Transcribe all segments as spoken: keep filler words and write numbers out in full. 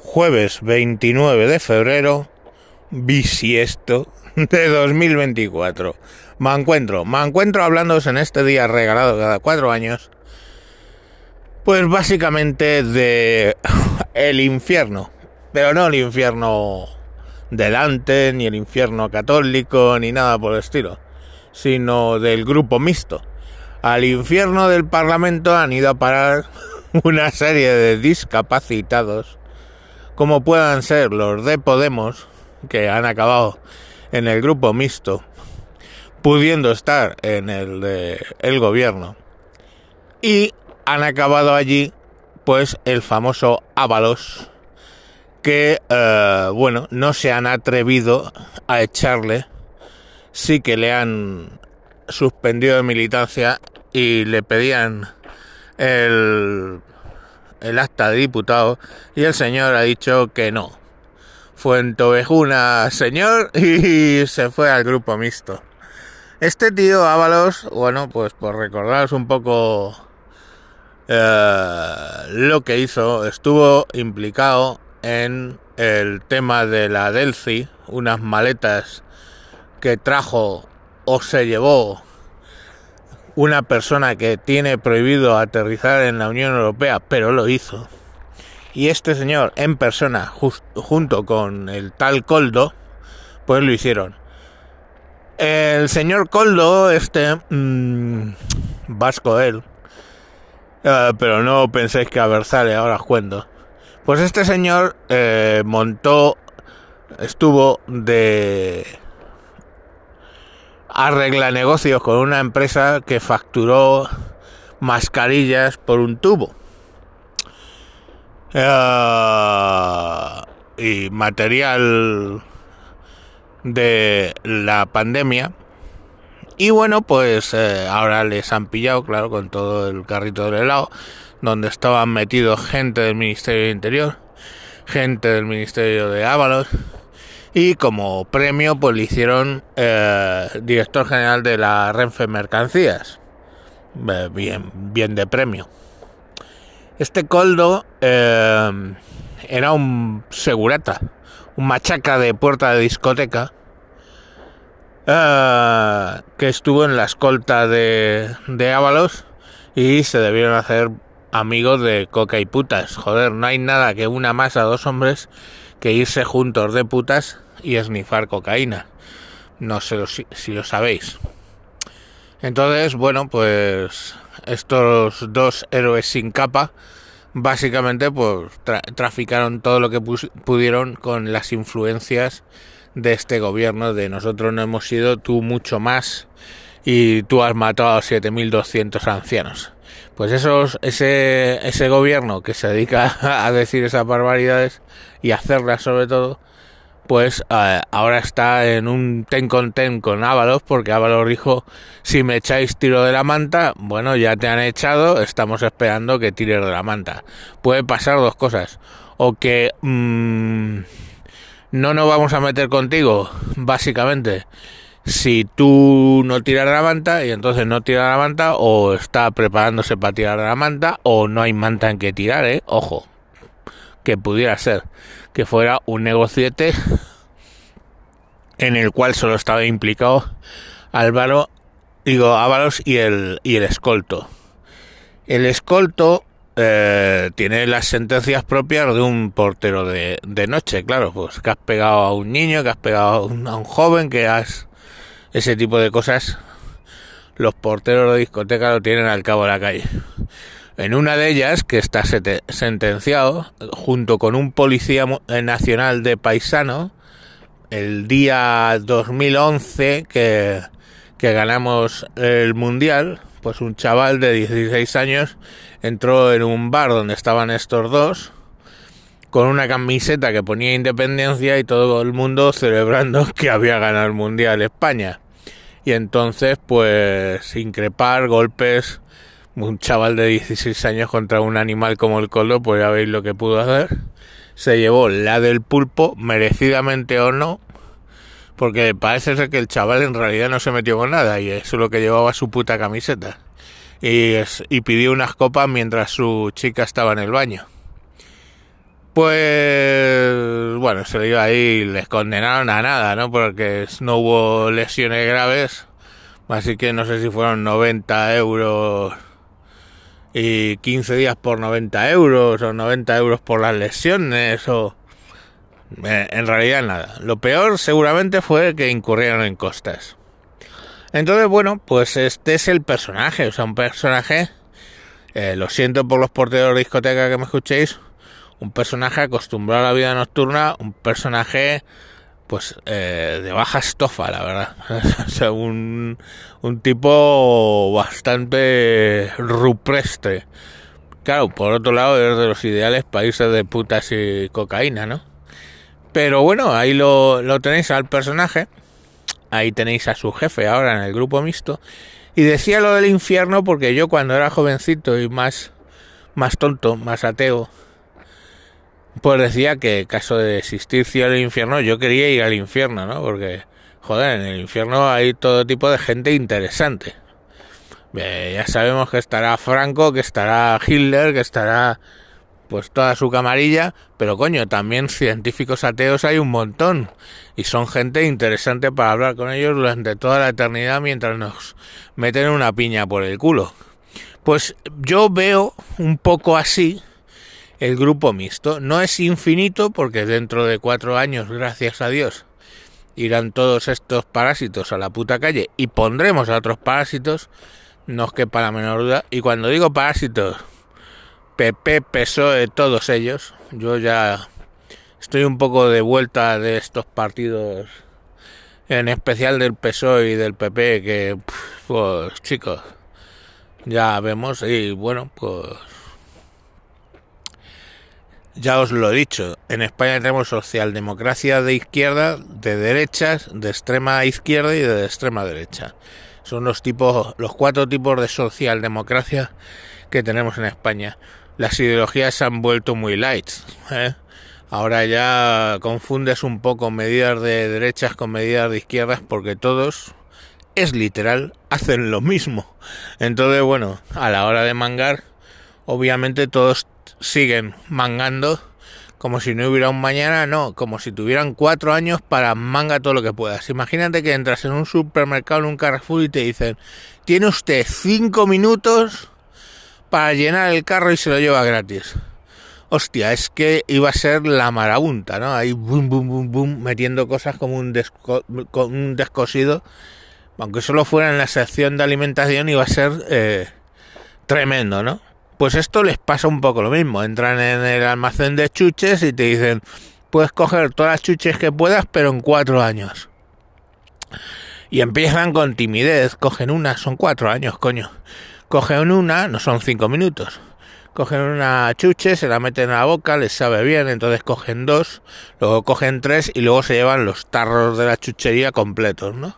jueves veintinueve de febrero, bisiesto de dos mil veinticuatro. Me encuentro, me encuentro hablándoos en este día regalado cada cuatro años, pues básicamente de el infierno, pero no el infierno de Dante, ni el infierno católico, ni nada por el estilo, sino del grupo mixto. Al infierno del Parlamento han ido a parar una serie de discapacitados, como puedan ser los de Podemos, que han acabado en el grupo mixto, pudiendo estar en el de el gobierno, y han acabado allí pues el famoso Ábalos, que eh, bueno, no se han atrevido a echarle, sí que le han suspendido de militancia y le pedían el, el acta de diputado, y el señor ha dicho que no. Fuentovejuna, señor, y se fue al grupo mixto. Este tío Ábalos, bueno, pues por recordaros un poco eh, lo que hizo, estuvo implicado en el tema de la Delphi, unas maletas que trajo o se llevó una persona que tiene prohibido aterrizar en la Unión Europea, pero lo hizo. Y este señor en persona, just, junto con el tal Koldo, pues lo hicieron. El señor Koldo, este, mmm, vasco él, uh, pero no penséis que a Berzale ahora os cuento. Pues este señor eh, montó, estuvo de arregla negocios con una empresa que facturó mascarillas por un tubo. Uh, y material de la pandemia, y bueno, pues eh, ahora les han pillado, claro, con todo el carrito del helado, donde estaban metidos gente del Ministerio de Interior, gente del Ministerio de Ábalos, y como premio pues le hicieron eh, director general de la Renfe Mercancías. Eh, bien, bien de premio. Este Koldo eh, era un segurata, un machaca de puerta de discoteca, eh, que estuvo en la escolta de, de Ábalos, y se debieron hacer amigos de coca y putas. Joder, no hay nada que una más a dos hombres que irse juntos de putas y esnifar cocaína. No sé si, si lo sabéis. Entonces, bueno, pues estos dos héroes sin capa básicamente pues tra- traficaron todo lo que pus- pudieron con las influencias de este gobierno de nosotros no hemos sido, tú mucho más, y tú has matado a siete mil doscientos ancianos. Pues esos, ese, ese gobierno que se dedica a decir esas barbaridades y hacerlas sobre todo, pues eh, ahora está en un ten con ten con Ábalos, porque Ábalos dijo: si me echáis tiro de la manta. Bueno, ya te han echado, estamos esperando que tires de la manta. Puede pasar dos cosas: o que mmm, no nos vamos a meter contigo, básicamente, si tú no tiras de la manta, y entonces no tira de la manta, o está preparándose para tirar de la manta, o no hay manta en que tirar, ¿eh? Ojo, que pudiera ser que fuera un negociete en el cual solo estaba implicado Álvaro, digo Ábalos y el y el escolto. El escolto eh, tiene las sentencias propias de un portero de, de noche, claro, pues que has pegado a un niño, que has pegado a un, a un joven, que has ese tipo de cosas. Los porteros de discoteca lo tienen al cabo de la calle. En una de ellas, que está sete- sentenciado, junto con un policía nacional de paisano, el día dos mil once que, que ganamos el Mundial, pues un chaval de dieciséis años entró en un bar donde estaban estos dos, con una camiseta que ponía Independencia, y todo el mundo celebrando que había ganado el Mundial España. Y entonces, pues, increpar, golpes. Un chaval de dieciséis años contra un animal como el Koldo, pues ya veis lo que pudo hacer. Se llevó la del pulpo, merecidamente o no, porque parece ser que el chaval en realidad no se metió con nada, y eso es lo que llevaba su puta camiseta. Y, es, y pidió unas copas mientras su chica estaba en el baño. Pues bueno, se le iba ahí y les condenaron a nada, ¿no? Porque no hubo lesiones graves, así que no sé si fueron noventa euros y quince días por noventa euros o noventa euros por las lesiones o... En realidad nada. Lo peor seguramente fue que incurrieron en costas. Entonces, bueno, pues este es el personaje, o sea, un personaje, eh, lo siento por los porteros de discoteca que me escuchéis, un personaje acostumbrado a la vida nocturna, un personaje, pues, eh, de baja estofa, la verdad. O sea, un, un tipo bastante rupestre. Claro, por otro lado, es de los ideales países de putas y cocaína, ¿no? Pero bueno, ahí lo, lo tenéis al personaje. Ahí tenéis a su jefe ahora en el grupo mixto. Y decía lo del infierno porque yo cuando era jovencito y más, más tonto, más ateo, pues decía que caso de existir cielo e infierno, yo quería ir al infierno, ¿no? Porque, joder, en el infierno hay todo tipo de gente interesante. Eh, ya sabemos que estará Franco, que estará Hitler, que estará... pues toda su camarilla, pero coño, también científicos ateos hay un montón y son gente interesante para hablar con ellos durante toda la eternidad mientras nos meten una piña por el culo. Pues yo veo un poco así el grupo mixto. No es infinito porque dentro de cuatro años, gracias a Dios, irán todos estos parásitos a la puta calle y pondremos a otros parásitos, no os quepa la menor duda. Y cuando digo parásitos, P P, P S O E, todos ellos. Yo ya estoy un poco de vuelta de estos partidos, en especial del P S O E y del P P, que, pues chicos, ya vemos. Y bueno, pues ya os lo he dicho, en España tenemos socialdemocracia de izquierda, de derechas, de extrema izquierda y de extrema derecha. Son los tipos, los cuatro tipos de socialdemocracia que tenemos en España. Las ideologías se han vuelto muy light, ¿eh? Ahora ya confundes un poco medidas de derechas con medidas de izquierdas porque todos, es literal, hacen lo mismo. Entonces, bueno, a la hora de mangar, obviamente todos siguen mangando como si no hubiera un mañana, no, como si tuvieran cuatro años para manga todo lo que puedas. Imagínate que entras en un supermercado, en un Carrefour y te dicen, tiene usted cinco minutos para llenar el carro y se lo lleva gratis. Hostia, es que iba a ser la marabunta, ¿no? Ahí boom, boom, boom, boom, metiendo cosas como un, desco, con un descosido. Aunque solo fuera en la sección de alimentación iba a ser eh, tremendo, ¿no? Pues esto les pasa un poco lo mismo. Entran en el almacén de chuches y te dicen, puedes coger todas las chuches que puedas, pero en cuatro años. Y empiezan con timidez, cogen una, son cuatro años, coño. Cogen una, no son cinco minutos. Cogen una chuche, se la meten a la boca, les sabe bien, entonces cogen dos, luego cogen tres y luego se llevan los tarros de la chuchería completos, ¿no?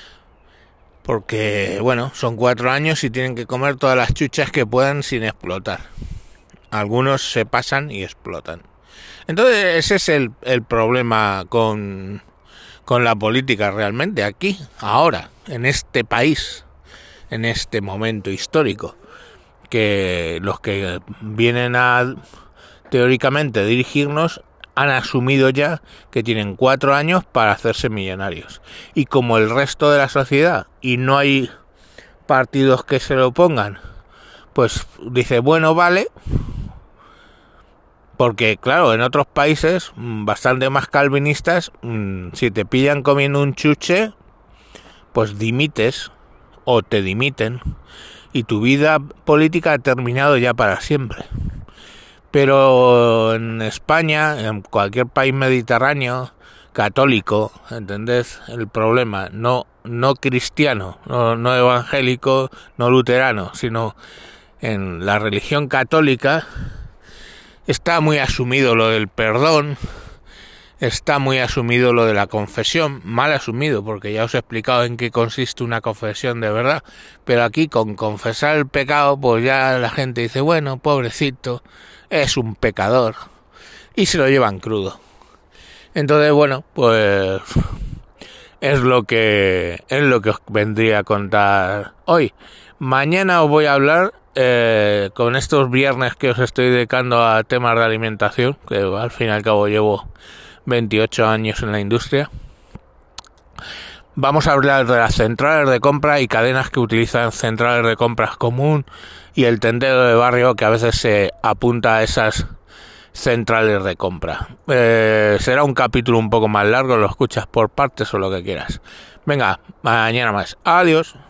Porque, bueno, son cuatro años y tienen que comer todas las chuchas que puedan sin explotar. Algunos se pasan y explotan. Entonces ese es el, el problema con, con la política realmente, aquí, ahora, en este país, en este momento histórico, que los que vienen a teóricamente dirigirnos han asumido ya que tienen cuatro años para hacerse millonarios. Y como el resto de la sociedad, y no hay partidos que se lo opongan, pues dice, bueno, vale, porque claro, en otros países bastante más calvinistas, si te pillan comiendo un chuche, pues dimites o te dimiten y tu vida política ha terminado ya para siempre. Pero en España, en cualquier país mediterráneo, católico, ¿entendés? El problema, no, no cristiano, no, no evangélico, no luterano, sino en la religión católica, está muy asumido lo del perdón, está muy asumido lo de la confesión, mal asumido, porque ya os he explicado en qué consiste una confesión de verdad, pero aquí con confesar el pecado, pues ya la gente dice, bueno, pobrecito, es un pecador, y se lo llevan crudo. Entonces, bueno, pues es lo que es lo que os vendría a contar hoy. Mañana os voy a hablar, eh, con estos viernes que os estoy dedicando a temas de alimentación, que al fin y al cabo llevo veintiocho años en la industria. Vamos a hablar de las centrales de compra y cadenas que utilizan centrales de compras común y el tendero de barrio que a veces se apunta a esas centrales de compra. Eh, será un capítulo un poco más largo, lo escuchas por partes o lo que quieras. Venga, mañana más. Adiós.